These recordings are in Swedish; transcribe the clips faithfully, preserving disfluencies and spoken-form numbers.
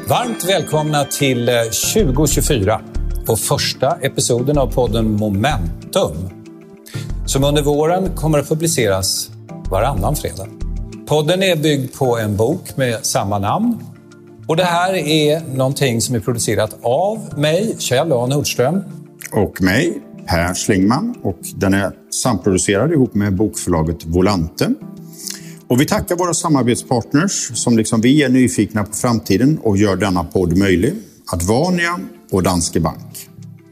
Varmt välkomna till tjugo tjugofyra och första episoden av podden Momentum, som under våren kommer att publiceras varannan fredag. Podden är byggd på en bok med samma namn, och det här är någonting som är producerat av mig, Kjell A. Nordström. Och mig, Per Schlingman, och den är samproducerad ihop med bokförlaget Volante. Och vi tackar våra samarbetspartners som liksom vi är nyfikna på framtiden och gör denna podd möjlig. Advania och Danske Bank.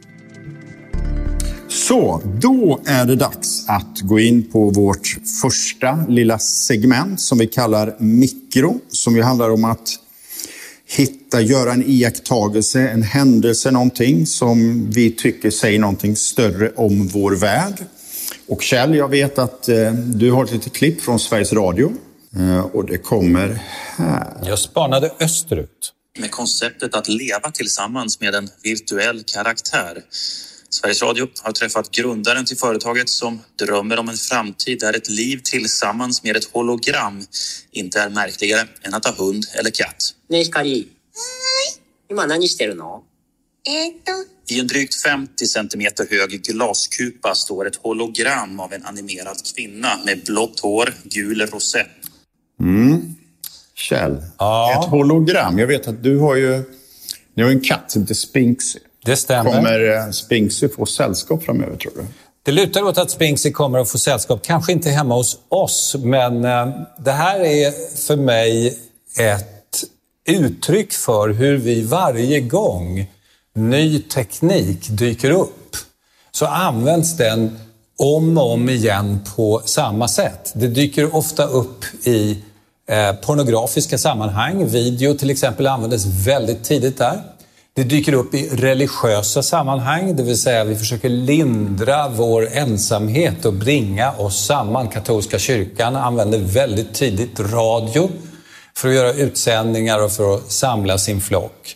Så, då är det dags att gå in på vårt första lilla segment som vi kallar mikro. Som ju handlar om att hitta, göra en iakttagelse, en händelse, någonting som vi tycker säger någonting större om vår värld. Och Kjell, jag vet att eh, du har ett litet klipp från Sveriges Radio eh, och det kommer här. Jag spanade österut. Med konceptet att leva tillsammans med en virtuell karaktär. Sveriges Radio har träffat grundaren till företaget som drömmer om en framtid där ett liv tillsammans med ett hologram inte är märkligare än att ha hund eller katt. Nej, Hikari. Ima, nani shiteru no? I en drygt femtio centimeter hög glaskupa står ett hologram av en animerad kvinna med blått hår, gul rosett. Mm. Kjell, Ja. ett hologram. Jag vet att du har ju, ni har ju en katt som heter Spinksy. Det stämmer. Kommer Spinksy få sällskap framöver, tror du? Det lutar åt att Spinksy kommer att få sällskap. Kanske inte hemma hos oss, men eh, det här är för mig ett uttryck för hur vi varje gång ny teknik dyker upp så används den om och om igen på samma sätt. Det dyker ofta upp i eh, pornografiska sammanhang. Video till exempel användes väldigt tidigt där. Det dyker upp i religiösa sammanhang, det vill säga vi försöker lindra vår ensamhet och bringa oss samman. Katolska kyrkan använder väldigt tidigt radio för att göra utsändningar och för att samla sin flock.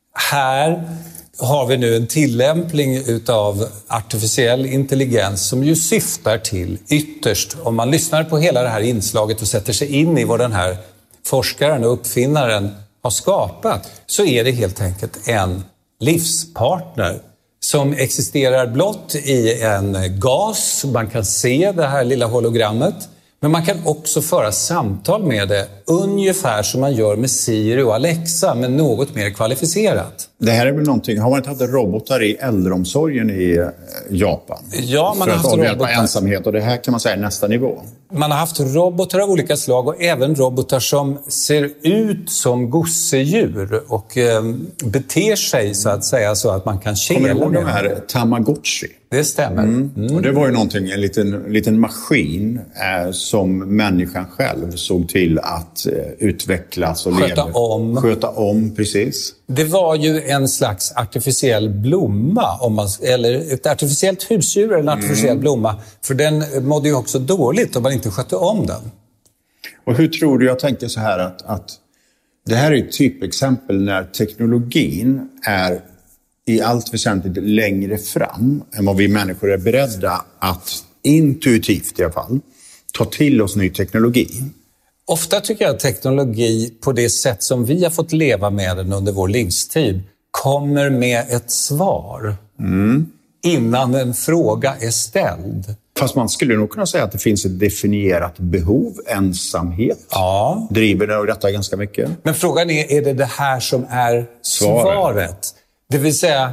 Här har vi nu en tillämpning utav artificiell intelligens som ju syftar till ytterst, om man lyssnar på hela det här inslaget och sätter sig in i vad den här forskaren och uppfinnaren har skapat, så är det helt enkelt en livspartner som existerar blott i en gas. Man kan se det här lilla hologrammet, men man kan också föra samtal med det ungefär som man gör med Siri och Alexa, men något mer kvalificerat. Det här är väl någonting, har man inte haft robotar i äldreomsorgen i Japan? Ja, man för har att haft avhjälpa robotar. ensamhet, och det här kan man säga är nästa nivå. Man har haft robotar av olika slag och även robotar som ser ut som gosedjur och eh, beter sig så att säga så att man kan kela Kommer du ihåg med de här Tamagotchi? Det stämmer. Mm. Mm. Och det var ju någonting, en liten, liten maskin eh, som människan själv såg till att eh, utvecklas och Sköta leva. om. Sköta om, precis. Det var ju en slags artificiell blomma, om man, eller ett artificiellt husdjur eller en artificiell mm. blomma. För den mådde ju också dåligt om man inte skötte om den. Och hur tror du, jag tänker så här att, att det här är ett typexempel när teknologin är i allt väsentligt längre fram än vad vi människor är beredda att intuitivt i alla fall ta till oss ny teknologi. Ofta tycker jag att teknologi på det sätt som vi har fått leva med den under vår livstid kommer med ett svar mm. innan en fråga är ställd. Fast man skulle nog kunna säga att det finns ett definierat behov, ensamhet. Ja. Driver det och detta ganska mycket. Men frågan är, är det det här som är svaret? svaret? Det vill säga,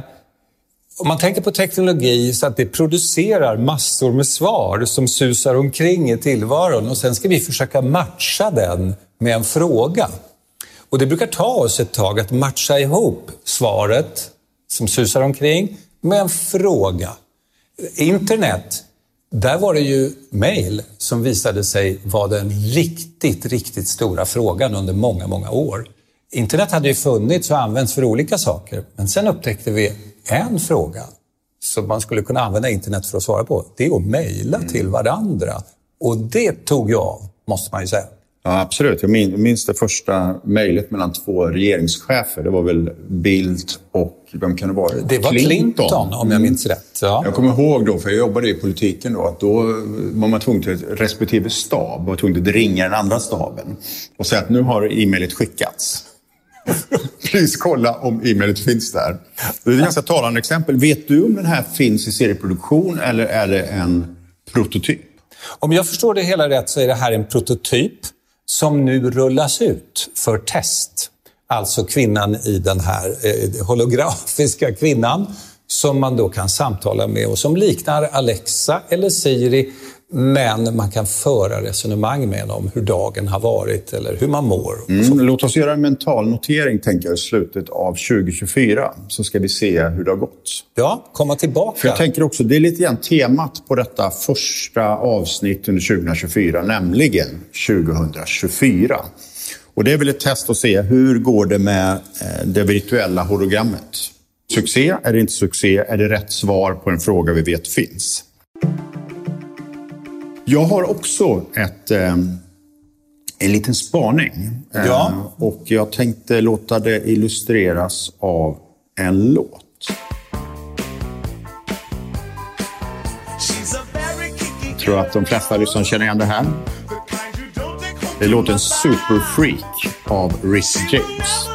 om man tänker på teknologi så att det producerar massor med svar som susar omkring i tillvaron och sen ska vi försöka matcha den med en fråga. Och det brukar ta oss ett tag att matcha ihop svaret som susar omkring med en fråga. Internet, där var det ju mejl som visade sig vara den riktigt, riktigt stora frågan under många, många år. Internet hade ju funnits och använts för olika saker. Men sen upptäckte vi en fråga som man skulle kunna använda internet för att svara på. Det är att mejla mm. till varandra. Och det tog jag av, måste man ju säga. Ja, absolut. Jag minns det första mejlet mellan två regeringschefer. Det var väl Bildt och vem kan det vara? Det var Clinton, Clinton om jag minns rätt. Ja. Jag kommer ihåg då, för jag jobbade i politiken då, att då var man tvungen till respektive stab och tvungen att ringa den andra staben och säga att nu har e-mailet skickats. Please kolla om e-mailet finns där. Det är ett ganska talande exempel. Vet du om den här finns i serieproduktion eller är det en prototyp? Om jag förstår det hela rätt så är det här en prototyp som nu rullas ut för test. Alltså kvinnan i den här eh, holografiska kvinnan som man då kan samtala med och som liknar Alexa eller Siri, men man kan föra resonemang med om hur dagen har varit eller hur man mår. Mm. Låt oss göra en mental notering, tänker jag, i slutet av tjugo tjugofyra, så ska vi se hur det har gått. Ja, komma tillbaka. För jag tänker också, det är lite grann temat på detta första avsnitt under tjugo tjugofyra, nämligen tjugo tjugofyra. Och det är väl ett test att se hur går det med det virtuella hologrammet. Succé? Är det inte succé? Är det rätt svar på en fråga vi vet finns? Jag har också ett, en liten spaning. Ja. Och jag tänkte låta det illustreras av en låt. Jag tror att de flesta lyssnare känner igen det här. Det låter en Super Freak av Rick James.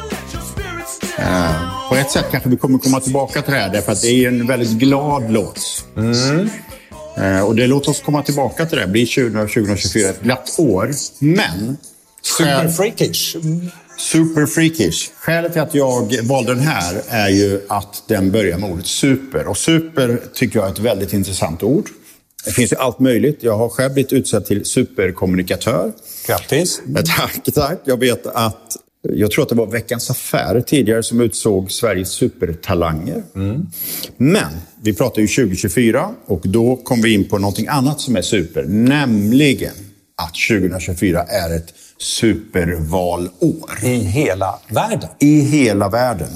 Uh, på ett sätt kanske vi kommer komma tillbaka till det här, därför att det är en väldigt glad låt. Mm. Uh, och det låter oss komma tillbaka till det. Det blir tjugo tjugofyra ett glatt år. Men... Super freakish. Super freakish. Skälet till att jag valde den här är ju att den börjar med ordet super. Och super tycker jag är ett väldigt intressant ord. Det finns ju allt möjligt. Jag har själv blivit utsedd till superkommunikatör. Grattis. Tack, tack. Jag vet att, jag tror att det var Veckans Affärer tidigare som utsåg Sveriges supertalanger. Mm. Men vi pratar ju tjugo tjugofyra och då kom vi in på någonting annat som är super. Nämligen att tjugo tjugofyra är ett supervalår. I hela världen. I hela världen.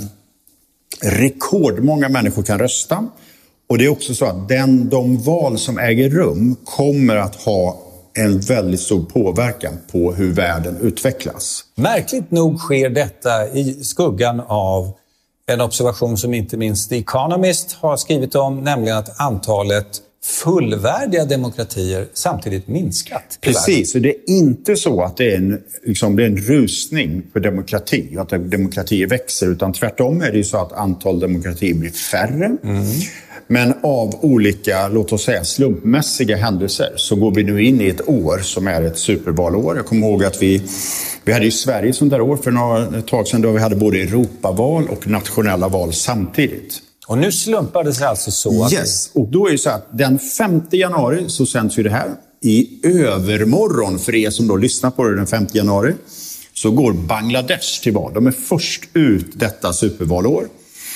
Rekordmånga människor kan rösta. Och det är också så att den, de val som äger rum kommer att ha en väldigt stor påverkan på hur världen utvecklas. Märkligt nog sker detta i skuggan av en observation som inte minst The Economist har skrivit om, nämligen att antalet fullvärdiga demokratier samtidigt minskat. Precis, så det är inte så att det är en, liksom, det är en rusning för demokrati, att demokratier växer, utan tvärtom är det ju så att antal demokratier blir färre. Mm. Men av olika, låt oss säga, slumpmässiga händelser så går vi nu in i ett år som är ett supervalår. Jag kommer ihåg att vi, vi hade ju Sverige som där år för några ett tag sedan då vi hade både Europaval och nationella val samtidigt. Och nu slumpar det sig alltså så att... Yes, och då är det så att den femte januari så sänds ju det här. I övermorgon, för er som då lyssnar på det den femte januari, så går Bangladesh till val. De är först ut detta supervalår.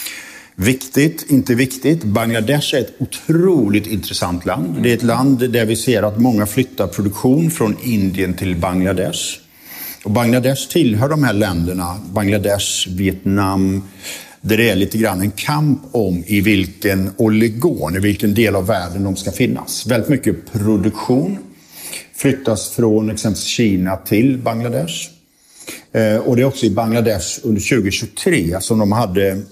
Viktigt, inte viktigt. Bangladesh är ett otroligt intressant land. Det är ett land där vi ser att många flyttar produktion från Indien till Bangladesh. Och Bangladesh tillhör de här länderna, Bangladesh, Vietnam, där det är lite grann en kamp om i vilken oligon, i vilken del av världen de ska finnas. Väldigt mycket produktion flyttas från exempelvis Kina till Bangladesh. Eh, och det är också i Bangladesh under tjugo tjugotre som de hade eh,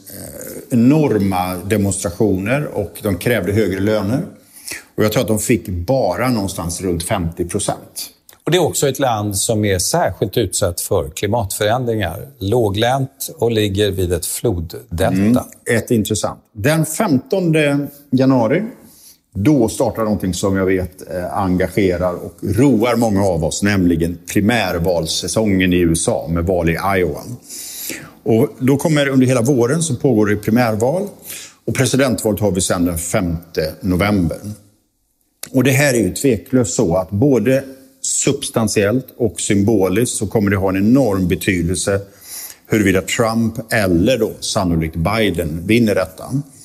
enorma demonstrationer och de krävde högre löner. Och jag tror att de fick bara någonstans runt femtio procent. Och det är också ett land som är särskilt utsatt för klimatförändringar. Låglänt och ligger vid ett floddelta. Mm, ett intressant. Den femtonde januari, då startar någonting som jag vet eh, engagerar och roar många av oss. Nämligen primärvalssäsongen i U S A med val i Iowa. Och då kommer under hela våren så pågår det primärval. Och presidentvalet har vi sedan den femte november. Och det här är ju tveklöst så att både substantiellt och symboliskt så kommer det ha en enorm betydelse huruvida Trump eller då sannolikt Biden vinner detta.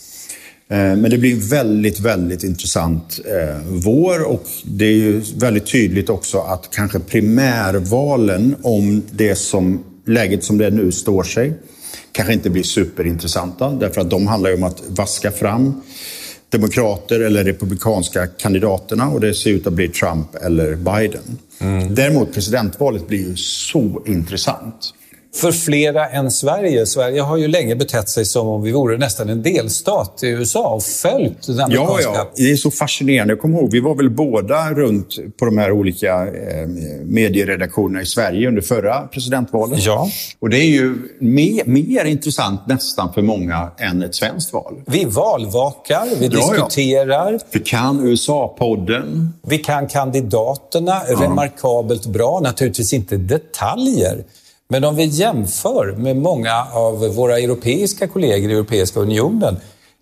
Men det blir väldigt, väldigt intressant eh, vår, och det är ju väldigt tydligt också att kanske primärvalen, om det som läget som det nu står sig, kanske inte blir superintressanta, därför att de handlar ju om att vaska fram demokrater eller republikanska kandidaterna, och det ser ut att bli Trump eller Biden. Mm. Däremot presidentvalet blir ju så intressant. för flera än Sverige. Sverige har ju länge betett sig som om vi vore nästan en delstat i U S A och följt den amerikanska... Ja, ja, det är så fascinerande. Jag kommer ihåg, vi var väl båda runt på de här olika eh, medieredaktionerna i Sverige under förra presidentvalet. Ja. Och det är ju mer, mer intressant nästan för många än ett svenskt val. Vi valvakar, vi ja, diskuterar. Ja. Vi kan U S A-podden. Vi kan kandidaterna ja. remarkabelt bra, naturligtvis inte detaljer. Men om vi jämför med många av våra europeiska kollegor i Europeiska unionen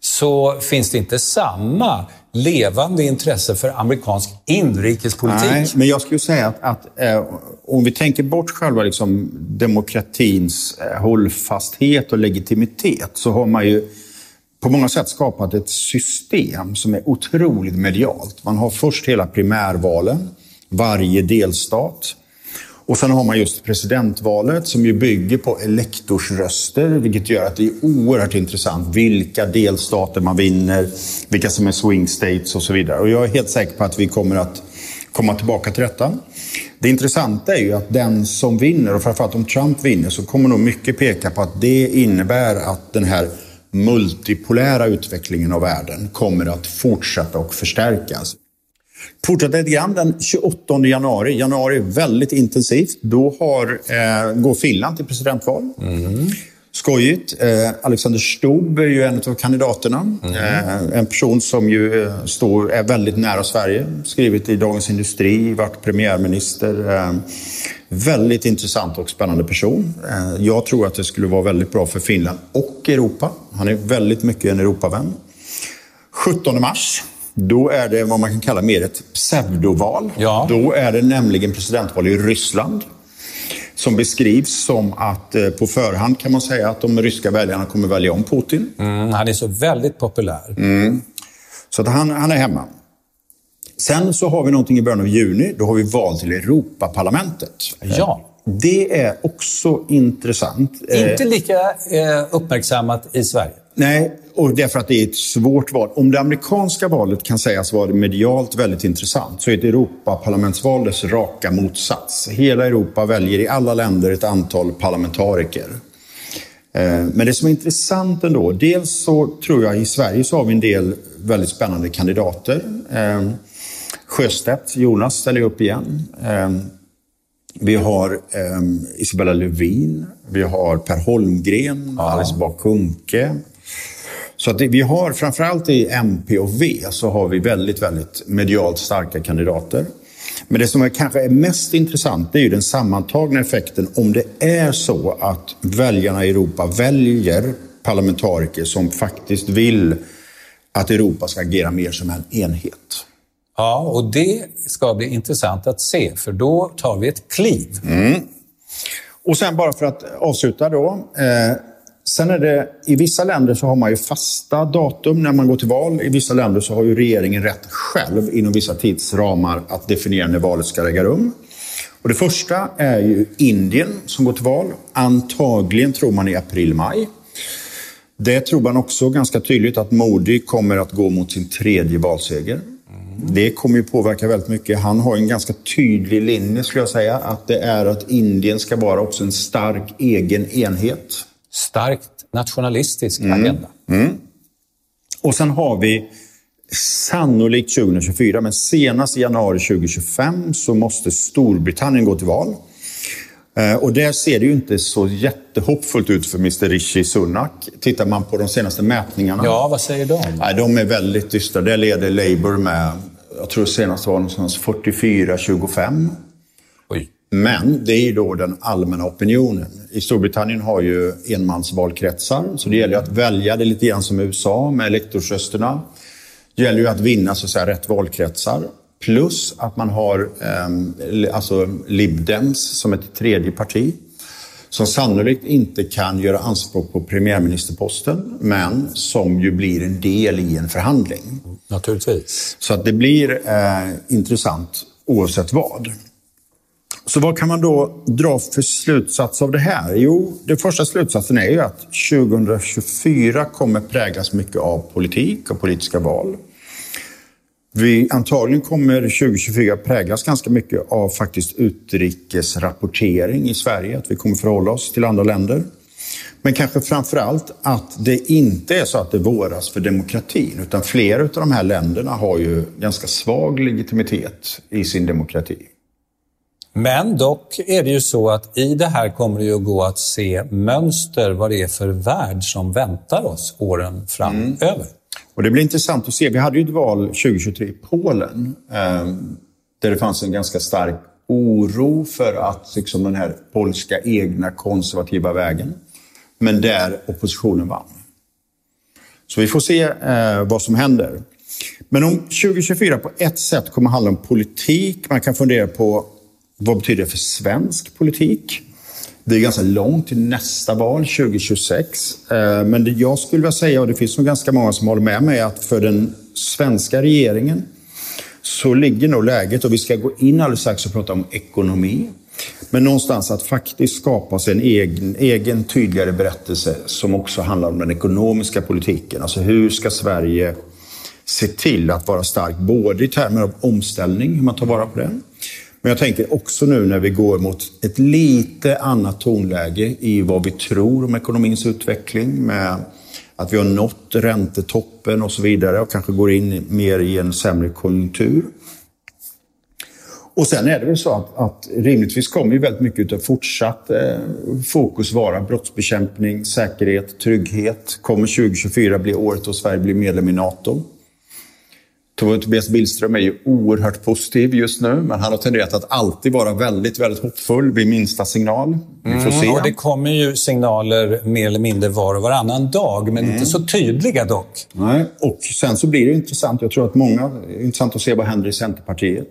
så finns det inte samma levande intresse för amerikansk inrikespolitik. Nej, men jag skulle säga att, att eh, om vi tänker bort själva liksom, demokratins eh, hållfasthet och legitimitet så har man ju på många sätt skapat ett system som är otroligt medialt. Man har först hela primärvalen, varje delstat. Och sen har man just presidentvalet som ju bygger på elektorsröster, vilket gör att det är oerhört intressant vilka delstater man vinner, vilka som är swing states och så vidare. Och jag är helt säker på att vi kommer att komma tillbaka till detta. Det intressanta är ju att den som vinner, och framförallt om Trump vinner, så kommer nog mycket peka på att det innebär att den här multipolära utvecklingen av världen kommer att fortsätta och förstärkas. Fortsätter lite grann den tjugoåttonde januari. Januari är väldigt intensivt. Då har, eh, går Finland till presidentval. Mm. Skojigt. Eh, Alexander Stubb är ju en av kandidaterna. Mm. Eh, en person som ju står, är väldigt nära Sverige. Skrivit i Dagens Industri, varit premiärminister. Eh, väldigt intressant och spännande person. Eh, jag tror att det skulle vara väldigt bra för Finland och Europa. Han är väldigt mycket en Europavän. sjuttonde mars. Då är det vad man kan kalla mer ett pseudoval. Ja. Då är det nämligen presidentval i Ryssland. Som beskrivs som att eh, på förhand kan man säga att de ryska väljarna kommer välja om Putin. Mm, han är så väldigt populär. Mm. Så att han, han är hemma. Sen så har vi någonting i början av juni. Då har vi val till Europaparlamentet. Ja. Det är också intressant. Inte lika eh, uppmärksammat i Sverige. Nej, och därför att det är ett svårt val. Om det amerikanska valet kan sägas vara medialt väldigt intressant så är ett Europaparlamentsval dess raka motsats. Hela Europa väljer i alla länder ett antal parlamentariker. Men det som är intressant ändå, dels så tror jag i Sverige så har vi en del väldigt spännande kandidater. Sjöstedt, Jonas ställer upp igen. Vi har eh, Isabella Lövin, vi har Per Holmgren, ja. Alice Bah Kuhnke. Så att det, vi har framförallt i M P och V så har vi väldigt, väldigt medialt starka kandidater. Men det som är kanske är mest intressant är ju den sammantagna effekten om det är så att väljarna i Europa väljer parlamentariker som faktiskt vill att Europa ska agera mer som en enhet. Ja, och det ska bli intressant att se, för då tar vi ett kliv. Mm. Och sen bara för att avsluta då. Eh, sen är det, i vissa länder så har man ju fasta datum när man går till val. I vissa länder så har ju regeringen rätt själv inom vissa tidsramar att definiera när valet ska äga rum. Och det första är ju Indien som går till val. Antagligen tror man i april-maj. Det tror man också ganska tydligt att Modi kommer att gå mot sin tredje valseger. Det kommer ju påverka väldigt mycket. Han har en ganska tydlig linje skulle jag säga. Att det är att Indien ska vara också en stark egen enhet. Starkt nationalistisk mm. agenda. Mm. Och sen har vi sannolikt tjugohundratjugofyra. Men senast i januari tjugohundratjugofem så måste Storbritannien gå till val. Och där ser det ju inte så jättehoppfullt ut för mister Rishi Sunak. Tittar man på de senaste mätningarna. Ja, vad säger de? Nej, de är väldigt dystra. Där leder Labour med, jag tror senast var någonstans fyrtiofyra tjugofem. Oj. Men det är ju då den allmänna opinionen. I Storbritannien har ju enmansvalkretsar. Så det gäller ju att välja det lite grann som i U S A med elektorsrösterna. Det gäller ju att vinna så att säga rätt valkretsar. Plus att man har eh, alltså Lib Dems som ett tredje parti som sannolikt inte kan göra anspråk på premiärministerposten men som ju blir en del i en förhandling. Naturligtvis. Så att det blir eh, intressant oavsett vad. Så vad kan man då dra för slutsats av det här? Jo, den första slutsatsen är ju att tjugohundratjugofyra kommer präglas mycket av politik och politiska val. Vi antagligen kommer tjugo tjugofyra präglas ganska mycket av faktiskt utrikesrapportering i Sverige. Att vi kommer förhålla oss till andra länder. Men kanske framförallt att det inte är så att det våras för demokratin. Utan flera av de här länderna har ju ganska svag legitimitet i sin demokrati. Men dock är det ju så att i det här kommer det ju att gå att se mönster vad det är för värld som väntar oss åren framöver. Mm. Och det blir intressant att se. Vi hade ju ett val tjugo tjugotre i Polen eh, där det fanns en ganska stark oro för att liksom, den här polska egna konservativa vägen. Men där oppositionen vann. Så vi får se eh, vad som händer. Men om tjugo tjugofyra på ett sätt kommer handla om politik. Man kan fundera på vad betyder det för svensk politik. Det är ganska långt till nästa val, tjugo tjugosex. Eh, men det jag skulle vilja säga, och det finns nog ganska många som håller med mig, att för den svenska regeringen så ligger nog läget, och vi ska gå in alldeles strax och prata om ekonomi. Men någonstans att faktiskt skapa sig en egen, egen tydligare berättelse som också handlar om den ekonomiska politiken. Alltså hur ska Sverige se till att vara stark både i termer av omställning, hur man tar vara på den. Men jag tänker också nu när vi går mot ett lite annat tonläge i vad vi tror om ekonomins utveckling med att vi har nått räntetoppen och så vidare och kanske går in mer i en sämre konjunktur. Och sen är det väl så att, att rimligtvis kommer ju väldigt mycket av fortsatt eh, fokus vara brottsbekämpning, säkerhet, trygghet. Kommer tjugo tjugofyra bli året då Sverige blir medlem i NATO? Tobias Billström är ju oerhört positiv just nu, men han har tenderat att alltid vara väldigt, väldigt hoppfull vid minsta signal. Vi får se. Mm, och det kommer ju signaler mer eller mindre var och varannan dag, men mm. inte så tydliga dock. Nej, och sen så blir det intressant. Jag tror att många, det är intressant att se vad händer i Centerpartiet.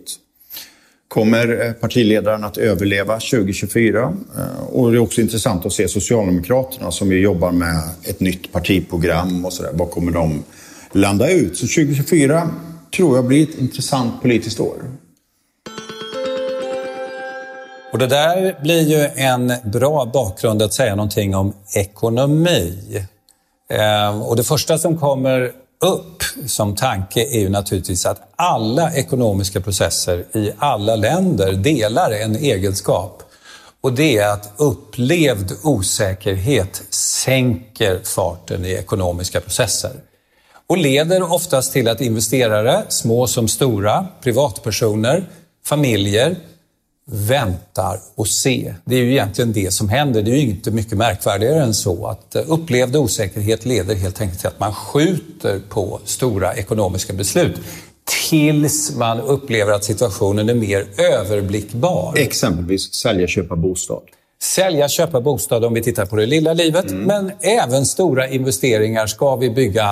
Kommer partiledaren att överleva tjugo tjugofyra? Och det är också intressant att se Socialdemokraterna som ju jobbar med ett nytt partiprogram och sådär. Vad kommer de landa ut? Så tjugo tjugofyra tror jag blir ett intressant politiskt år. Och det där blir ju en bra bakgrund att säga någonting om ekonomi. Eh, och det första som kommer upp som tanke är ju naturligtvis att alla ekonomiska processer i alla länder delar en egenskap. Och det är att upplevd osäkerhet sänker farten i ekonomiska processer. Och leder oftast till att investerare, små som stora, privatpersoner, familjer, väntar och se. Det är ju egentligen det som händer. Det är ju inte mycket märkvärdigare än så. Att upplevd osäkerhet leder helt enkelt till att man skjuter på stora ekonomiska beslut tills man upplever att situationen är mer överblickbar. Exempelvis sälja, köpa bostad. Sälja, köpa bostad om vi tittar på det lilla livet. Mm. Men även stora investeringar. Ska vi bygga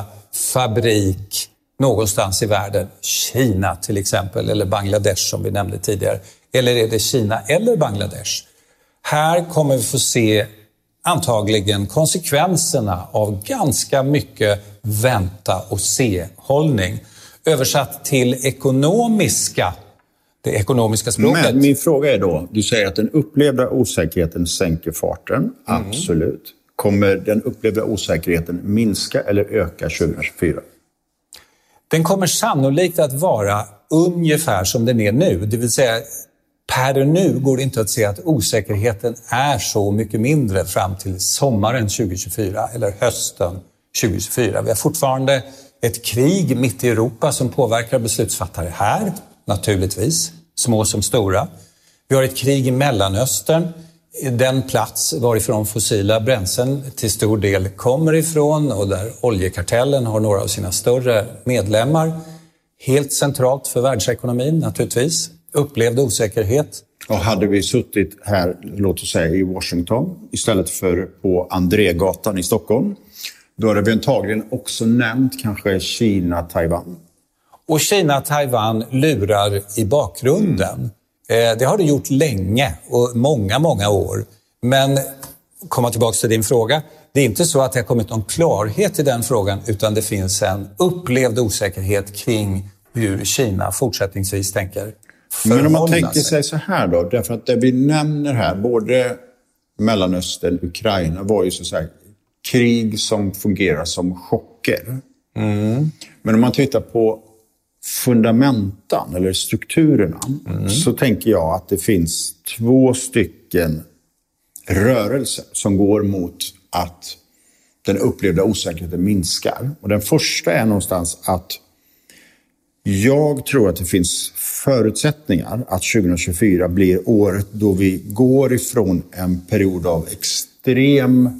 fabrik någonstans i världen? Kina till exempel, eller Bangladesh som vi nämnde tidigare. Eller är det Kina eller Bangladesh? Här kommer vi få se antagligen konsekvenserna av ganska mycket vänta och se-hållning. Översatt till ekonomiska, det ekonomiska språket. Men min fråga är då, du säger att den upplevda osäkerheten sänker farten. Mm. Absolut. Kommer den upplevda osäkerheten minska eller öka tjugo tjugofyra? Den kommer sannolikt att vara ungefär som den är nu. Det vill säga, per nu går det inte att se att osäkerheten är så mycket mindre fram till sommaren tjugo tjugofyra eller hösten tjugo tjugofyra. Vi har fortfarande ett krig mitt i Europa som påverkar beslutsfattare här, naturligtvis, små som stora. Vi har ett krig i Mellanöstern, den plats varifrån fossila bränslen till stor del kommer ifrån och där oljekartellen har några av sina större medlemmar. Helt centralt för världsekonomin naturligtvis. Upplevd osäkerhet. Och hade vi suttit här, låt oss säga i Washington istället för på Andrégatan i Stockholm, då hade vi antagligen också nämnt kanske Kina, Taiwan. Och Kina, Taiwan lurar i bakgrunden. Mm. Det har det gjort länge och många, många år. Men komma tillbaka till din fråga. Det är inte så att det har kommit någon klarhet i den frågan, utan det finns en upplevd osäkerhet kring hur Kina fortsättningsvis tänker förhålla sig. Men om man tänker sig så här då, därför att det vi nämner här, både Mellanöstern och Ukraina var ju så att säga krig som fungerar som chocker. Mm. Men om man tittar på fundamentan eller strukturerna mm. så tänker jag att det finns två stycken rörelser som går mot att den upplevda osäkerheten minskar. Och den första är någonstans att jag tror att det finns förutsättningar att tjugohundratjugofyra blir året då vi går ifrån en period av extrem,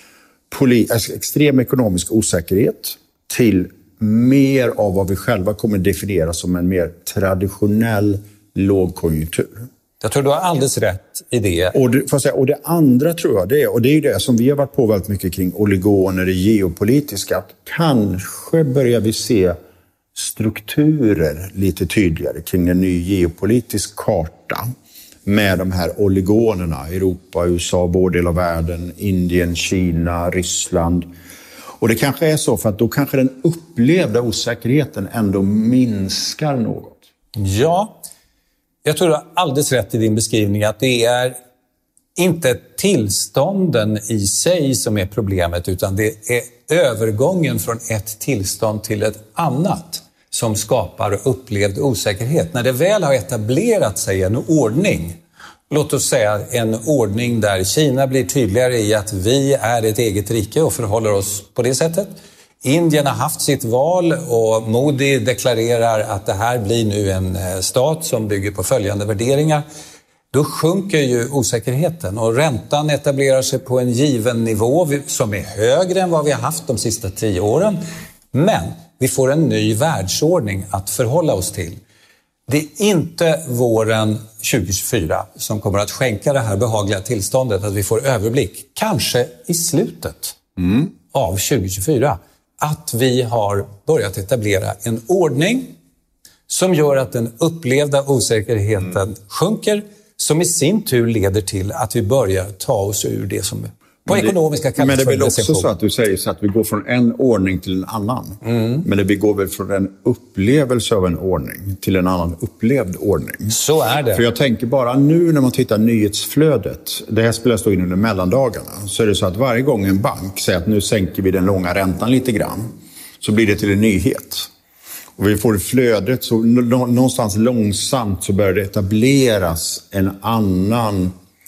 poli- extrem ekonomisk osäkerhet till mer av vad vi själva kommer definiera som en mer traditionell lågkonjunktur. Jag tror du har alldeles rätt i det. Och det, får jag säga, och det andra tror jag det är, och det är ju det som vi har varit på väldigt mycket kring oligoner, det geopolitiska, att kanske börjar vi se strukturer lite tydligare kring en ny geopolitisk karta med de här oligonerna, Europa, U S A, vår del av världen, Indien, Kina, Ryssland. Och det kanske är så för att då kanske den upplevda osäkerheten ändå minskar något. Ja, jag tror du har alldeles rätt i din beskrivning att det är inte tillstånden i sig som är problemet utan det är övergången från ett tillstånd till ett annat som skapar upplevd osäkerhet. När det väl har etablerat sig en ordning, låt oss säga en ordning där Kina blir tydligare i att vi är ett eget rike och förhåller oss på det sättet. Indien har haft sitt val och Modi deklarerar att det här blir nu en stat som bygger på följande värderingar. Då sjunker ju osäkerheten och räntan etablerar sig på en given nivå som är högre än vad vi har haft de sista tio åren. Men vi får en ny världsordning att förhålla oss till. Det är inte våren tjugohundratjugofyra som kommer att skänka det här behagliga tillståndet att vi får överblick. Kanske i slutet mm. av tjugohundratjugofyra. Att vi har börjat etablera en ordning som gör att den upplevda osäkerheten mm. sjunker. Som i sin tur leder till att vi börjar ta oss ur det som på det, ekonomiska kallas. Men det är väl också så att du säger så att vi går från en ordning till en annan. Mm. Men det vi går väl från en upplevelse av en ordning till en annan upplevd ordning. Så är det. För jag tänker bara nu när man tittar nyhetsflödet. Det här spelas då in under mellandagarna. Så är det så att varje gång en bank säger att nu sänker vi den långa räntan lite grann. Så blir det till en nyhet. Och vi får flödet så någonstans långsamt så börjar det etableras en annan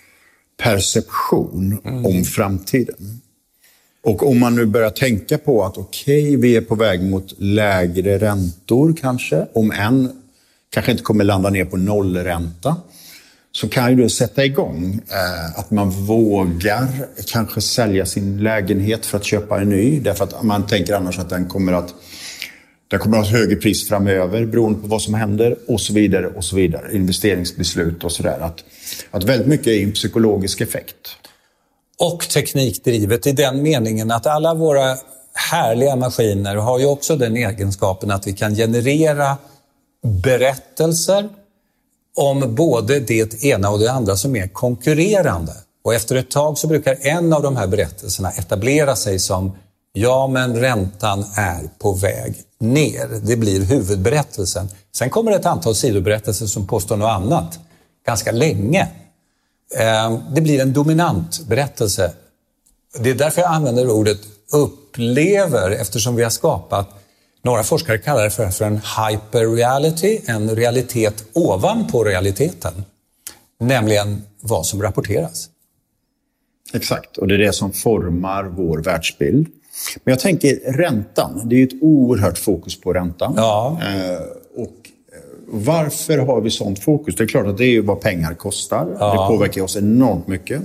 perception mm. om framtiden. Och om man nu börjar tänka på att okej, okay, vi är på väg mot lägre räntor kanske, om än kanske inte kommer landa ner på nollränta, så kan ju det sätta igång eh, att man vågar kanske sälja sin lägenhet för att köpa en ny, därför att man tänker annars att den kommer att Den kommer att ha högre pris framöver beroende på vad som händer och så vidare och så vidare. Investeringsbeslut och sådär. Att, att väldigt mycket är en psykologisk effekt. Och teknikdrivet i den meningen att alla våra härliga maskiner har ju också den egenskapen att vi kan generera berättelser om både det ena och det andra som är konkurrerande. Och efter ett tag så brukar en av de här berättelserna etablera sig som ja, men räntan är på väg ner. Det blir huvudberättelsen. Sen kommer ett antal sidoberättelser som påstår något annat ganska länge. Det blir en dominant berättelse. Det är därför jag använder ordet upplever, eftersom vi har skapat, några forskare kallar det för, för en hyperreality, en realitet ovanpå realiteten. Nämligen vad som rapporteras. Exakt, och det är det som formar vår världsbild. Men jag tänker räntan, det är ju ett oerhört fokus på räntan. Ja. Eh, och varför har vi sånt fokus? Det är klart att det är ju vad pengar kostar. Ja. Det påverkar oss enormt mycket.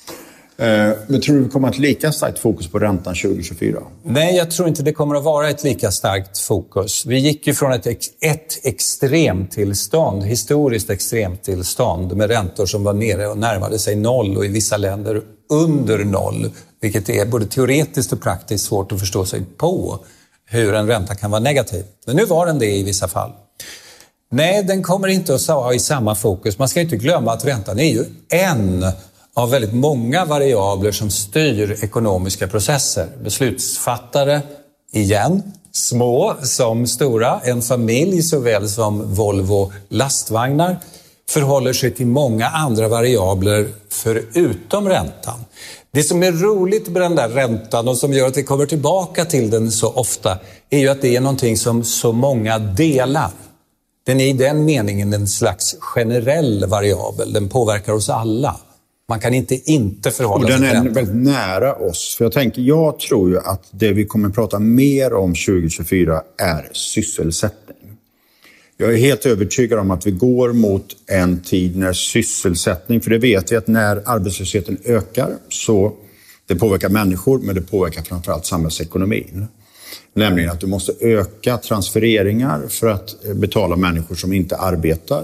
Eh, men tror du vi kommer att ha ett lika starkt fokus på räntan tjugohundratjugofyra? Nej, jag tror inte det kommer att vara ett lika starkt fokus. Vi gick ju från ett, ett extremtillstånd, historiskt extremtillstånd med räntor som var nere och närmade sig noll och i vissa länder under noll. Vilket är både teoretiskt och praktiskt svårt att förstå sig på hur en ränta kan vara negativ. Men nu var den det i vissa fall. Nej, den kommer inte att ha i samma fokus. Man ska inte glömma att räntan är ju en av väldigt många variabler som styr ekonomiska processer. Beslutsfattare, igen, små som stora, en familj såväl som Volvo lastvagnar, förhåller sig till många andra variabler förutom räntan. Det som är roligt med den där räntan och som gör att vi kommer tillbaka till den så ofta är ju att det är någonting som så många delar. Den är i den meningen en slags generell variabel. Den påverkar oss alla. Man kan inte inte förhålla sig till räntan. räntan. Den är väldigt nära oss. För jag tänker, jag tror ju att det vi kommer att prata mer om tjugo tjugofyra är sysselsättning. Jag är helt övertygad om att vi går mot en tid när sysselsättning, för det vet vi att när arbetslösheten ökar så det påverkar människor, men det påverkar framförallt samhällsekonomin. Nämligen att du måste öka transfereringar för att betala människor som inte arbetar.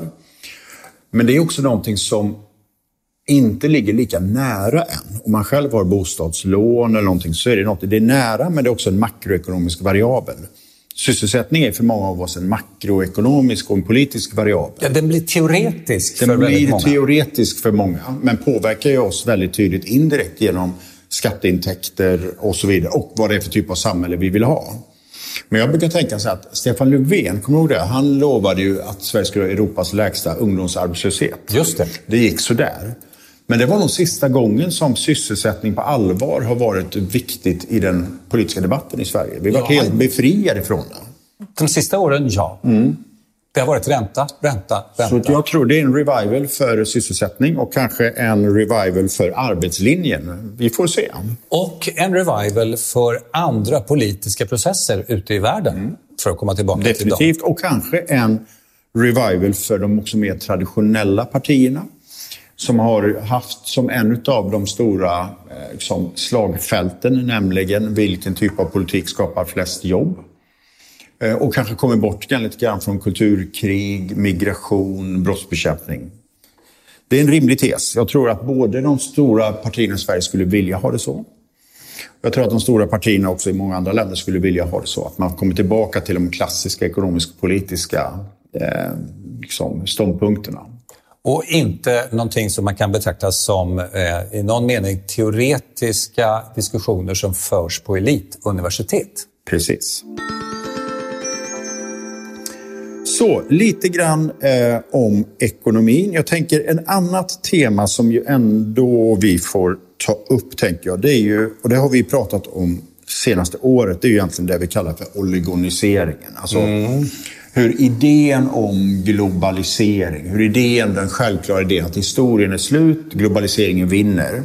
Men det är också någonting som inte ligger lika nära än. Om man själv har bostadslån eller någonting så är det något, det är nära, men det är också en makroekonomisk variabel. Sysselsättning är för många av oss en makroekonomisk och en politisk variabel. Ja, den blir teoretisk den för väldigt många. Den blir teoretisk för många, men påverkar ju oss väldigt tydligt indirekt genom skatteintäkter och så vidare. Och vad det är för typ av samhälle vi vill ha. Men jag brukar tänka så att Stefan Löfven, kommer du ihåg det? Han lovade ju att Sverige skulle ha Europas lägsta ungdomsarbetslöshet. Just det. Det gick så där. Men det var nog sista gången som sysselsättning på allvar har varit viktigt i den politiska debatten i Sverige. Vi har varit ja. helt befriade från det. De sista åren, ja. Mm. Det har varit ränta, ränta, ränta. Så jag tror det är en revival för sysselsättning och kanske en revival för arbetslinjen. Vi får se. Och en revival för andra politiska processer ute i världen. Mm. För att komma tillbaka Definitivt. till dem. Och kanske en revival för de också mer traditionella partierna. Som har haft som en av de stora eh, liksom slagfälten, nämligen vilken typ av politik skapar flest jobb. Eh, och kanske kommer bort lite grann från kulturkrig, migration, brottsbekämpning. Det är en rimlig tes. Jag tror att både de stora partierna i Sverige skulle vilja ha det så. Jag tror att de stora partierna också i många andra länder skulle vilja ha det så. Att man kommer tillbaka till de klassiska ekonomisk-politiska eh, liksom ståndpunkterna. Och inte någonting som man kan betrakta som eh, i någon mening teoretiska diskussioner som förs på elituniversitet. Precis. Så, lite grann eh, om ekonomin. Jag tänker en annat tema som ju ändå vi får ta upp, tänker jag. Det är ju, och det har vi pratat om senaste året, det är ju egentligen det vi kallar för oligoniseringen. Alltså mm. hur idén om globalisering, hur idén, den självklara idén att historien är slut, globaliseringen vinner,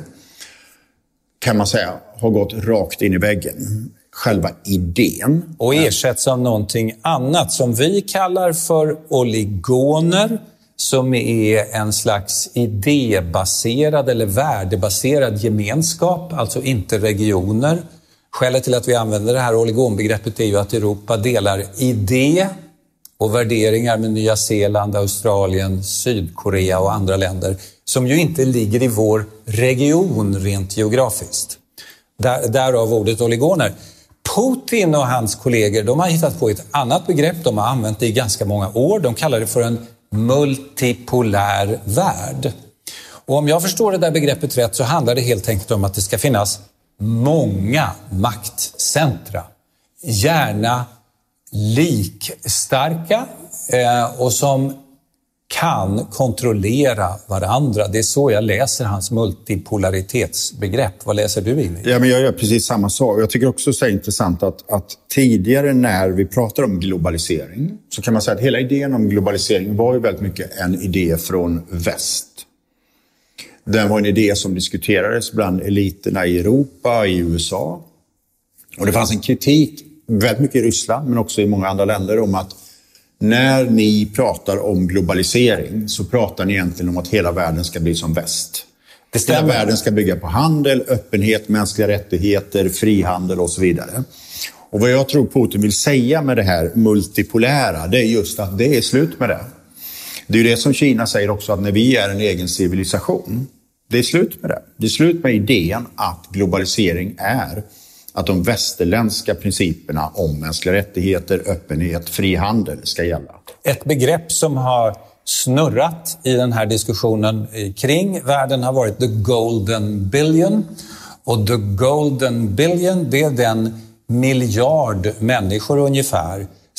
kan man säga har gått rakt in i väggen. Själva idén. Och ersätts av någonting annat som vi kallar för oligoner, som är en slags idébaserad eller värdebaserad gemenskap, alltså inte regioner. Skälet till att vi använder det här oligonbegreppet är ju att Europa delar idé och värderingar med Nya Zeeland, Australien, Sydkorea och andra länder som ju inte ligger i vår region rent geografiskt. Där, därav ordet oligoner. Putin och hans kollegor, de har hittat på ett annat begrepp, de har använt det i ganska många år. De kallar det för en multipolär värld. Och om jag förstår det där begreppet rätt så handlar det helt enkelt om att det ska finnas många maktcentra. Gärna likstarka eh, och som kan kontrollera varandra. Det är så jag läser hans multipolaritetsbegrepp. Vad läser du in i? Ja, men jag gör precis samma sak. Jag tycker också det är intressant att, att tidigare när vi pratar om globalisering så kan man säga att hela idén om globalisering var ju väldigt mycket en idé från väst. Den var en idé som diskuterades bland eliterna i Europa, i U S A. Och det fanns en kritik väldigt mycket i Ryssland men också i många andra länder om att när ni pratar om globalisering så pratar ni egentligen om att hela världen ska bli som väst. Hela världen ska bygga på handel, öppenhet, mänskliga rättigheter, frihandel och så vidare. Och vad jag tror Putin vill säga med det här multipolära, det är just att det är slut med det. Det är ju det som Kina säger också, att när vi är en egen civilisation, det är slut med det. Det är slut med idén att globalisering är att de västerländska principerna om mänskliga rättigheter, öppenhet, frihandel ska gälla. Ett begrepp som har snurrat i den här diskussionen kring världen har varit the golden billion. Och the golden billion, det är den miljard människor ungefär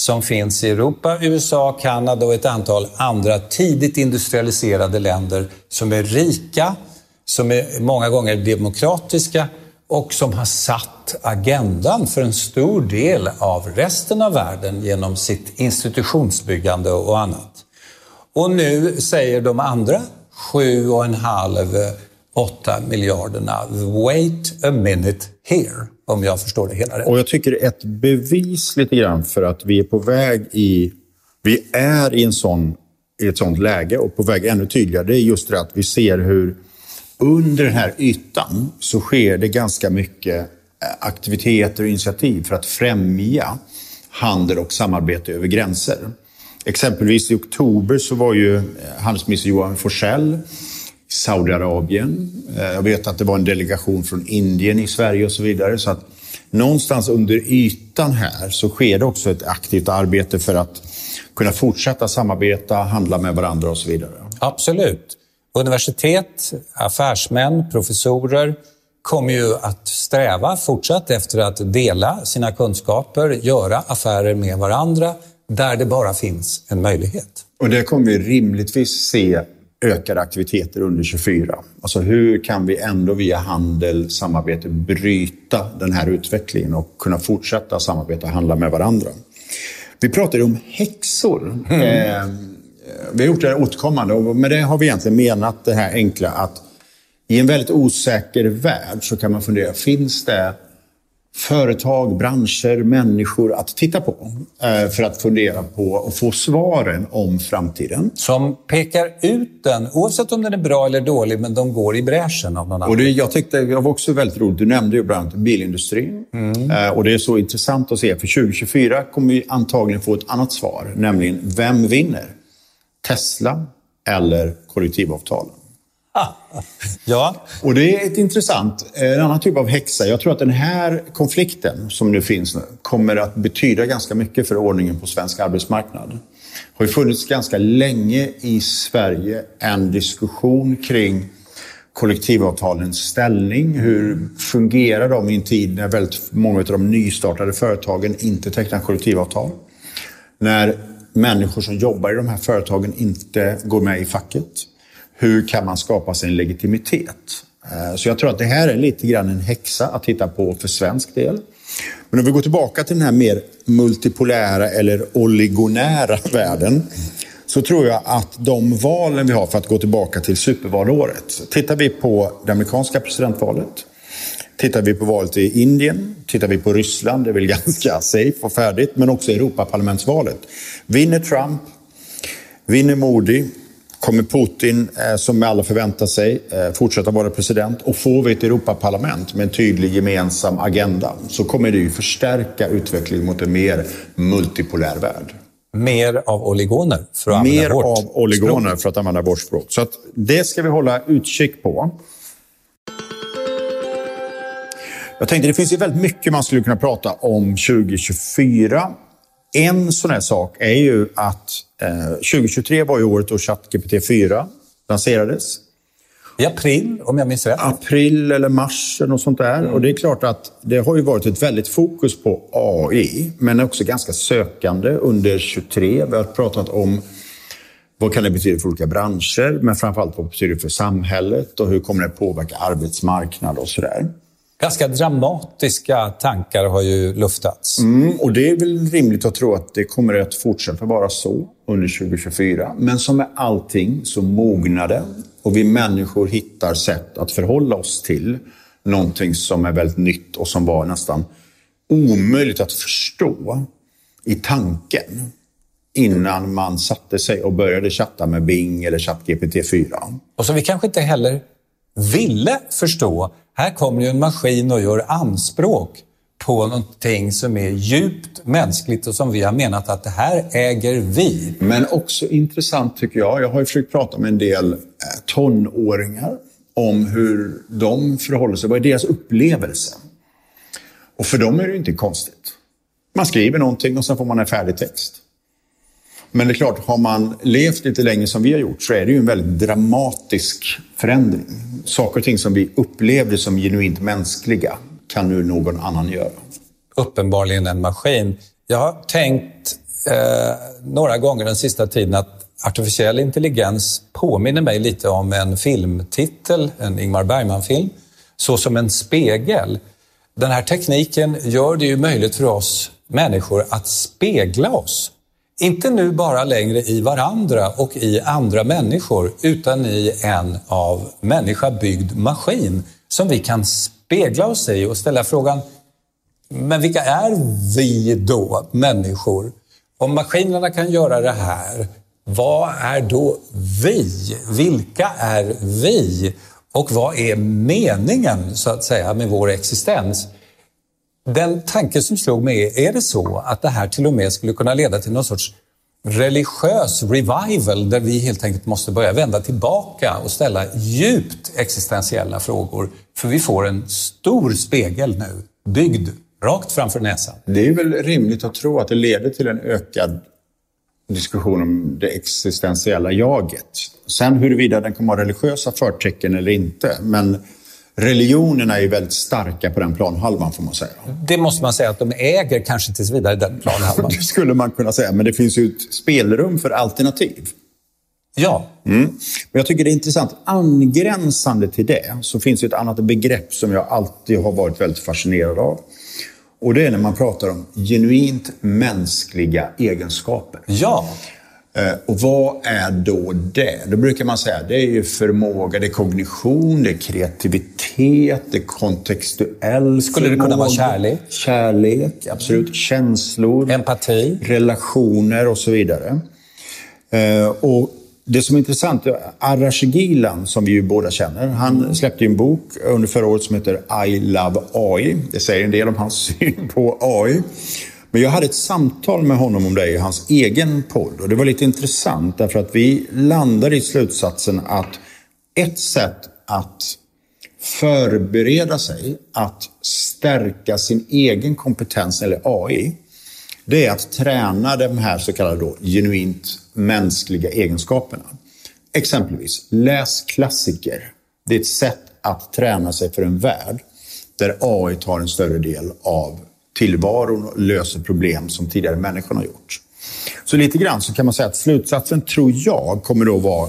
som finns i Europa, U S A, Kanada och ett antal andra tidigt industrialiserade länder som är rika, som är många gånger demokratiska och som har satt agendan för en stor del av resten av världen genom sitt institutionsbyggande och annat. Och nu säger de andra sju och en halv, åtta miljarderna, wait a minute here, om jag förstår det hela rätt. Och jag tycker ett bevis lite grann för att vi är på väg i, vi är i en sån, i ett sånt läge och på väg ännu tydligare, det är just det att vi ser hur under den här ytan så sker det ganska mycket aktiviteter och initiativ för att främja handel och samarbete över gränser. Exempelvis i oktober så var ju handelsminister Johan Forssell i Saudiarabien. Jag vet att det var en delegation från Indien i Sverige och så vidare. Så att någonstans under ytan här så sker det också ett aktivt arbete för att kunna fortsätta samarbeta, handla med varandra och så vidare. Absolut. Universitet, affärsmän, professorer kommer ju att sträva fortsatt efter att dela sina kunskaper, göra affärer med varandra där det bara finns en möjlighet. Och det kommer vi rimligtvis se ökade aktiviteter under tjugofyra. Alltså hur kan vi ändå via handel, samarbete bryta den här utvecklingen och kunna fortsätta samarbeta och handla med varandra. Vi pratade om häxor. Mm. Eh, vi har gjort det återkommande och med det har vi egentligen menat det här enkla att i en väldigt osäker värld så kan man fundera, finns det företag, branscher, människor att titta på för att fundera på och få svaren om framtiden. Som pekar ut den, oavsett om den är bra eller dålig, men de går i bräschen av någon annan. Och det, jag tyckte det var också väldigt roligt, du nämnde ju bland annat bilindustrin. Mm. Och det är så intressant att se, för tjugo tjugofyra kommer vi antagligen få ett annat svar, nämligen vem vinner? Tesla eller kollektivavtalen? Ja. Och det är ett intressant, en annan typ av häxa. Jag tror att den här konflikten som nu finns nu kommer att betyda ganska mycket för ordningen på svensk arbetsmarknad. Det har ju funnits ganska länge i Sverige en diskussion kring kollektivavtalens ställning. Hur fungerar de i en tid när väldigt många av de nystartade företagen inte tecknar kollektivavtal? När människor som jobbar i de här företagen inte går med i facket. Hur kan man skapa sig en legitimitet? Så jag tror att det här är lite grann en häxa att titta på för svensk del. Men om vi går tillbaka till den här mer multipolära eller oligonära världen så tror jag att de valen vi har, för att gå tillbaka till supervalåret. Tittar vi på det amerikanska presidentvalet, tittar vi på valet i Indien, tittar vi på Ryssland, det är väl ganska safe och färdigt, men också Europaparlamentsvalet. Vinner Trump, vinner Modi, kommer Putin, eh, som alla förväntar sig, eh, fortsätta vara president, och får vi ett Europaparlament med en tydlig gemensam agenda så kommer det ju förstärka utvecklingen mot en mer multipolär värld. Mer av oligoner för att använda Mer vårt av oligoner språk. för att använda vårt språk. Så att det ska vi hålla utkik på. Jag tänkte det finns ju väldigt mycket man skulle kunna prata om tjugo tjugofyra. En sån här sak är ju att eh, tjugo tjugotre var ju året då ChatGPT fyra lanserades. I april, om jag minns rätt. April eller mars eller något sånt där. Mm. Och det är klart att det har ju varit ett väldigt fokus på A I, men också ganska sökande under tjugotre. Vi har pratat om vad kan det betyda för olika branscher, men framförallt vad det betyder för samhället och hur kommer det påverka arbetsmarknad och sådär. Ganska dramatiska tankar har ju luftats. Mm, och det är väl rimligt att tro att det kommer att fortsätta vara så under tjugo tjugofyra. Men som med allting så mognar det. Och vi människor hittar sätt att förhålla oss till någonting som är väldigt nytt och som var nästan omöjligt att förstå i tanken innan man satte sig och började chatta med Bing eller ChatGPT fyra. Och så vi kanske inte heller ville förstå. Här kommer ju en maskin och gör anspråk på någonting som är djupt mänskligt och som vi har menat att det här äger vi. Men också intressant tycker jag. Jag har ju försökt prata med en del tonåringar om hur de förhåller sig. Vad är deras upplevelse? Och för dem är det ju inte konstigt. Man skriver någonting och sen får man en färdig text. Men det är klart, har man levt lite längre som vi har gjort så är det ju en väldigt dramatisk förändring. Saker och ting som vi upplevde som genuint mänskliga kan nu någon annan göra. Uppenbarligen en maskin. Jag har tänkt eh, några gånger den sista tiden att artificiell intelligens påminner mig lite om en filmtitel, en Ingmar Bergman-film, så som en spegel. Den här tekniken gör det ju möjligt för oss människor att spegla oss. Inte nu bara längre i varandra och i andra människor, utan i en av människa byggd maskin som vi kan spegla oss i och ställa frågan: men vilka är vi då, människor? Om maskinerna kan göra det här, vad är då vi? Vilka är vi? Och vad är meningen, så att säga, med vår existens? Den tanke som slog mig är, är det så att det här till och med skulle kunna leda till någon sorts religiös revival där vi helt enkelt måste börja vända tillbaka och ställa djupt existentiella frågor, för vi får en stor spegel nu, byggd rakt framför näsan. Det är väl rimligt att tro att det leder till en ökad diskussion om det existentiella jaget. Sen huruvida den kommer ha religiösa förtecken eller inte, men religionerna är väldigt starka på den planhalvan, får man säga. Det måste man säga att de äger kanske tills vidare den planhalvan. Det skulle man kunna säga, men det finns ju ett spelrum för alternativ. Ja. Mm. Men jag tycker det är intressant. Angränsande till det så finns ju ett annat begrepp som jag alltid har varit väldigt fascinerad av. Och det är när man pratar om genuint mänskliga egenskaper. Ja. Och vad är då det? Då brukar man säga det är ju förmåga, det är kognition, det är kreativitet, det är kontextuell Skulle det kunna vara kärlek? Kärlek, absolut. Känslor. Empati. Relationer och så vidare. Och det som är intressant, Arash Gilan, som vi ju båda känner, han släppte en bok under förra året som heter I Love A I. Det säger en del om hans syn på A I. Men jag hade ett samtal med honom om det i hans egen podd. Och det var lite intressant därför att vi landade i slutsatsen att ett sätt att förbereda sig, att stärka sin egen kompetens eller A I, det är att träna de här så kallade då genuint mänskliga egenskaperna. Exempelvis, läs klassiker. Det är ett sätt att träna sig för en värld där A I tar en större del av tillvaron och löser problem som tidigare människan har gjort. Så lite grann så kan man säga att slutsatsen, tror jag, kommer då vara,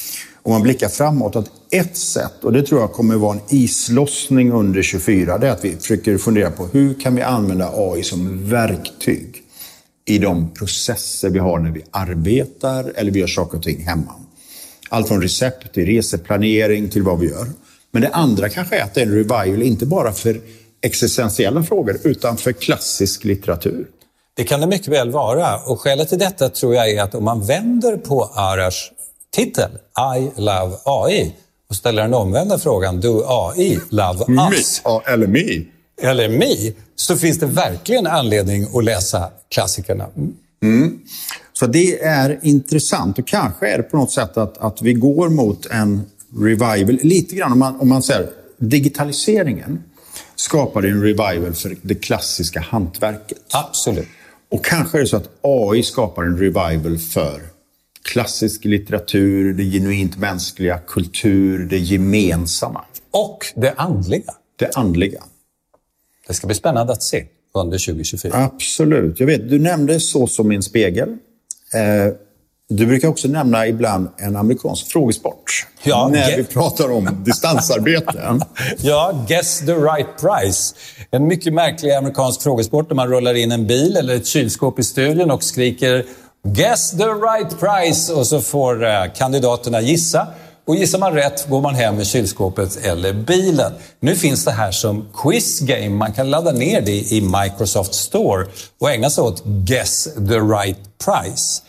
om man blickar framåt, att ett sätt, och det tror jag kommer vara en islossning under tjugofyra, det är att vi försöker fundera på hur kan vi använda A I som verktyg i de processer vi har när vi arbetar eller vi gör saker och ting hemma. Allt från recept till reseplanering till vad vi gör. Men det andra kanske är att det är en revival inte bara för existentiella frågor utan för klassisk litteratur. Det kan det mycket väl vara, och skälet till detta tror jag är att om man vänder på Arash titel I Love A I och ställer den omvända frågan Do A I love us? Me, eller me. Eller me, så finns det verkligen anledning att läsa klassikerna. Mm. Så det är intressant, och kanske är det på något sätt att, att vi går mot en revival. Lite grann om man, om man säger digitaliseringen skapar en revival för det klassiska hantverket. Absolut. Och kanske är det så att A I skapar en revival för klassisk litteratur, det genuint mänskliga, kultur, det gemensamma. Och det andliga. Det andliga. Det ska bli spännande att se under tjugo tjugofyra. Absolut. Jag vet, du nämnde Så som en spegel. Eh, du brukar också nämna ibland en amerikansk frågesport. Ja, när ge- vi pratar om distansarbete. Ja, Guess the right price. En mycket märklig amerikansk frågesport där man rullar in en bil eller ett kylskåp i studion och skriker Guess the right price, och så får eh, kandidaterna gissa. Och gissar man rätt går man hem med kylskåpet eller bilen. Nu finns det här som quiz game. Man kan ladda ner det i Microsoft Store och ägna sig åt Guess the right price.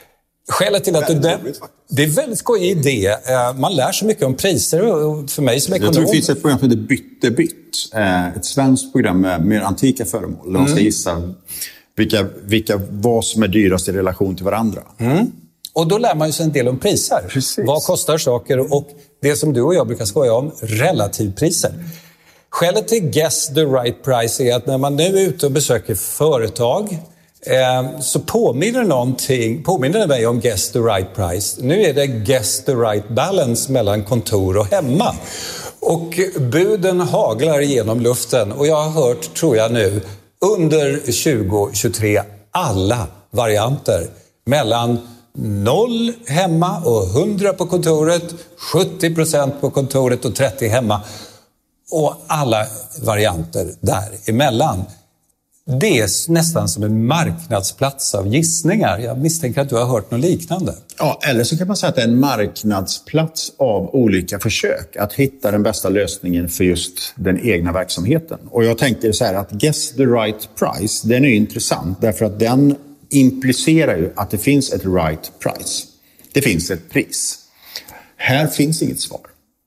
Skälet till att det, det, det är väldigt skojig idé. Man lär sig mycket om priser, och för mig som ekonom... Jag tror det finns ett program som heter Bytte bytt. Ett svenskt program med mer antika föremål. Där man ska gissa vilka, vilka, vad som är dyrast i relation till varandra. Mm. Och då lär man ju sig en del om priser. Precis. Vad kostar saker, och det som du och jag brukar skoja om, relativpriser. Skälet till Guess the right price är att när man nu är ute och besöker företag eh, så påminner någonting, påminner det mig om Guess the right price. Nu är det Guess the right balance mellan kontor och hemma. Och buden haglar genom luften, och jag har hört, tror jag nu, under tjugo tjugotre alla varianter. Mellan noll hemma och hundra på kontoret, sjuttio procent på kontoret och trettio hemma. Och alla varianter däremellan. Det är nästan som en marknadsplats av gissningar. Jag misstänker att du har hört något liknande. Ja, eller så kan man säga att det är en marknadsplats av olika försök att hitta den bästa lösningen för just den egna verksamheten. Och jag tänker så här att Guess the right price, den är intressant därför att den implicerar ju att det finns ett right price. Det finns ett pris. Här finns inget svar.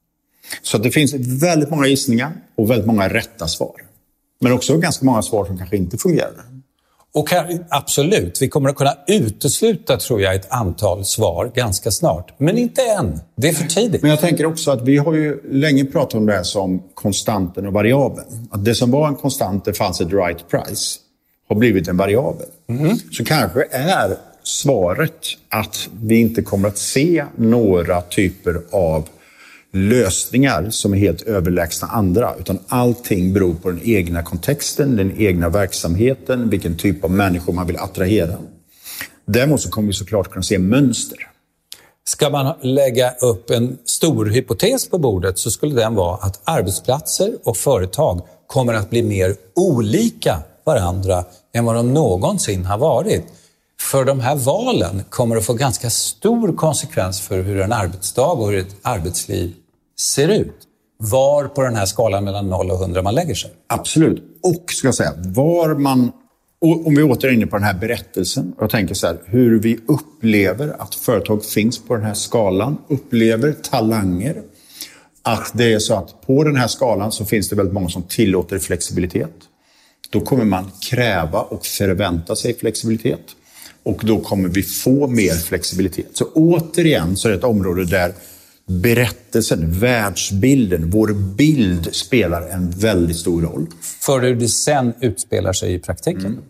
Så det finns väldigt många gissningar och väldigt många rätta svar. Men också ganska många svar som kanske inte fungerar. Och här, absolut, vi kommer att kunna utesluta, tror jag, ett antal svar ganska snart. Men inte än, det är för tidigt. Men jag tänker också att vi har ju länge pratat om det här som konstanten och variabeln. Att det som var en konstant, det fanns ett right price, har blivit en variabel. Mm. Så kanske är svaret att vi inte kommer att se några typer av lösningar som är helt överlägsna andra, utan allting beror på den egna kontexten, den egna verksamheten, vilken typ av människor man vill attrahera. Däremot så kommer vi såklart kunna se mönster. Ska man lägga upp en stor hypotes på bordet så skulle den vara att arbetsplatser och företag kommer att bli mer olika varandra än vad de någonsin har varit. För de här valen kommer att få ganska stor konsekvens för hur en arbetsdag och hur ett arbetsliv ser ut. Var på den här skalan mellan noll och hundra man lägger sig. Absolut. Och ska jag säga, var man, om vi åter är inne på den här berättelsen, och jag tänker så här, hur vi upplever att företag finns på den här skalan, upplever talanger, att det är så att på den här skalan så finns det väldigt många som tillåter flexibilitet. Då kommer man kräva och förvänta sig flexibilitet. Och då kommer vi få mer flexibilitet. Så återigen så är det ett område där berättelsen, världsbilden, vår bild spelar en väldigt stor roll. För hur det sen utspelar sig i praktiken. Mm.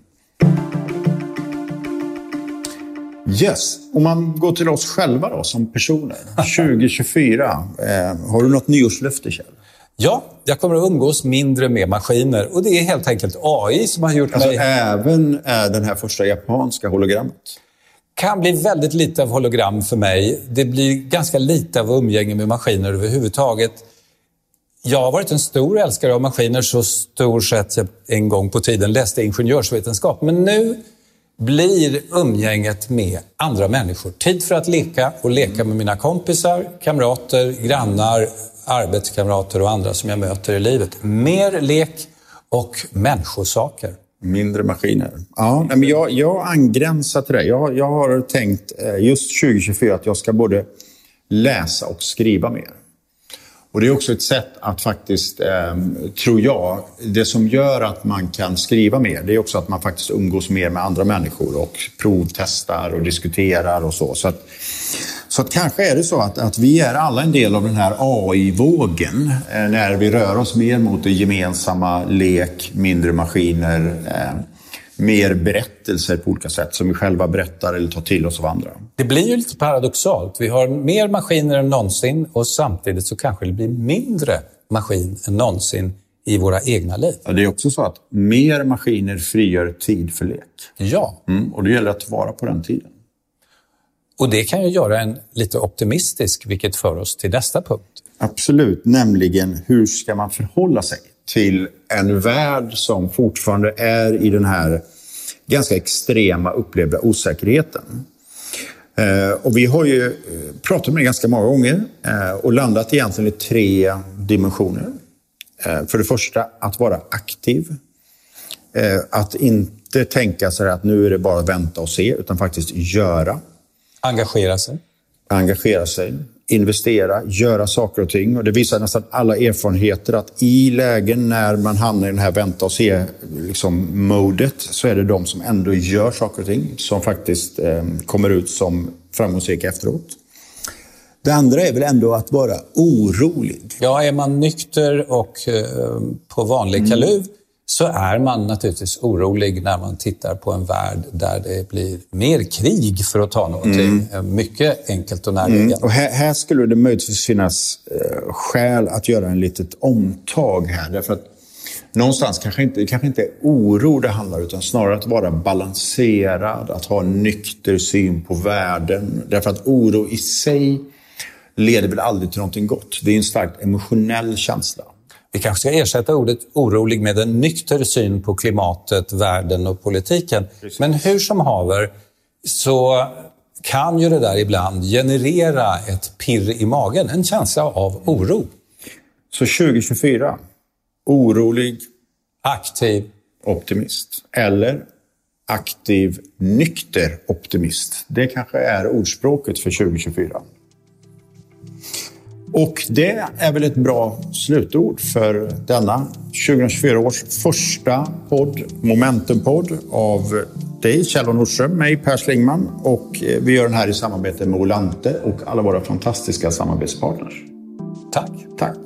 Yes, om man går till oss själva då som personer. tjugo tjugofyra, eh, har du något nyårslöfte, Kjell? Ja, jag kommer att umgås mindre med maskiner. Och det är helt enkelt A I som har gjort alltså mig... Även är den här första japanska hologrammet? Kan bli väldigt lite av hologram för mig. Det blir ganska lite av umgänge med maskiner överhuvudtaget. Jag har varit en stor älskare av maskiner, så stor så att jag en gång på tiden läste ingenjörsvetenskap. Men nu blir umgänget med andra människor. Tid för att leka och leka med mina kompisar, kamrater, grannar, arbetskamrater och andra som jag möter i livet. Mer lek och människosaker. Mindre maskiner. Ja, men jag, jag angränsar till det. Jag, jag har tänkt just tjugo tjugofyra att jag ska både läsa och skriva mer. Och det är också ett sätt att faktiskt, eh, tror jag, det som gör att man kan skriva mer, det är också att man faktiskt umgås mer med andra människor och provtestar och diskuterar och så. Så att, så att kanske är det så att, att vi är alla en del av den här A I-vågen eh, när vi rör oss mer mot det gemensamma, lek, mindre maskiner, eh, mer berättelser på olika sätt som vi själva berättar eller tar till oss av andra. Det blir ju lite paradoxalt. Vi har mer maskiner än någonsin och samtidigt så kanske det blir mindre maskin än någonsin i våra egna liv. Ja, det är också så att mer maskiner frigör tid för lek. Ja. Mm, och det gäller att vara på den tiden. Och det kan ju göra en lite optimistisk, vilket för oss till nästa punkt. Absolut, nämligen hur ska man förhålla sig till en värld som fortfarande är i den här ganska extrema upplevda osäkerheten. Eh, och vi har ju pratat om det ganska många gånger eh, och landat egentligen i tre dimensioner. Eh, för det första, att vara aktiv. Eh, att inte tänka sig att nu är det bara att vänta och se, utan faktiskt göra. Engagera sig. Engagera sig. Investera, göra saker och ting. Och det visar nästan alla erfarenheter att i lägen när man hamnar i den här vänta och se liksom modet, så är det de som ändå gör saker och ting som faktiskt eh, kommer ut som framgångsrika efteråt. Det andra är väl ändå att vara orolig. Ja, är man nykter och eh, på vanlig mm. kaluv så är man naturligtvis orolig när man tittar på en värld där det blir mer krig, för att ta någonting mm. mycket enkelt och närliggande. Mm. Och här, här skulle det möjligtvis finnas eh, skäl att göra en litet omtag här. Därför att någonstans kanske inte, kanske inte oro det handlar, utan snarare att vara balanserad, att ha en nykter syn på världen. Därför att oro i sig leder väl aldrig till någonting gott. Det är en starkt emotionell känsla. Vi kanske ska ersätta ordet orolig med en nykter syn på klimatet, världen och politiken. Precis. Men hur som haver så kan ju det där ibland generera ett pirr i magen, en känsla av oro. Så tjugo tjugofyra, orolig, aktiv, optimist. Eller aktiv, nykter optimist. Det kanske är ordspråket för tjugo tjugofyra. Och det är väl ett bra slutord för denna tjugo tjugofyra års första podd, Momentum-podd av dig, Kjell Nordström, mig, Per Slingman. Och vi gör den här i samarbete med Olante och alla våra fantastiska samarbetspartners. Tack. Tack.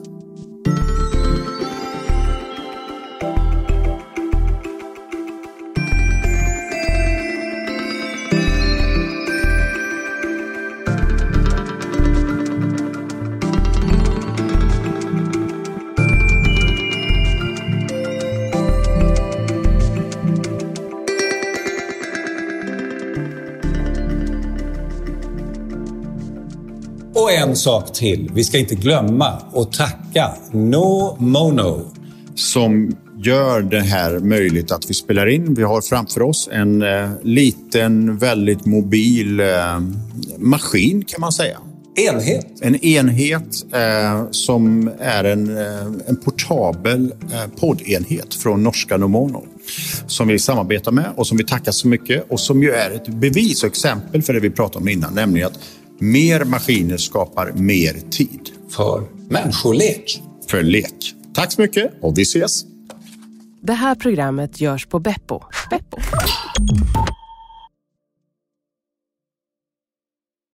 Och en sak till. Vi ska inte glömma att tacka No Mono. Som gör det här möjligt att vi spelar in. Vi har framför oss en eh, liten, väldigt mobil eh, maskin kan man säga. Enhet. En enhet eh, som är en, eh, en portabel eh, poddenhet från norska No Mono. Som vi samarbetar med och som vi tackar så mycket. Och som ju är ett bevis och exempel för det vi pratade om innan. Nämligen att mer maskiner skapar mer tid. För människolek. För lek. Tack så mycket och vi ses. Det här programmet görs på Beppo. Beppo.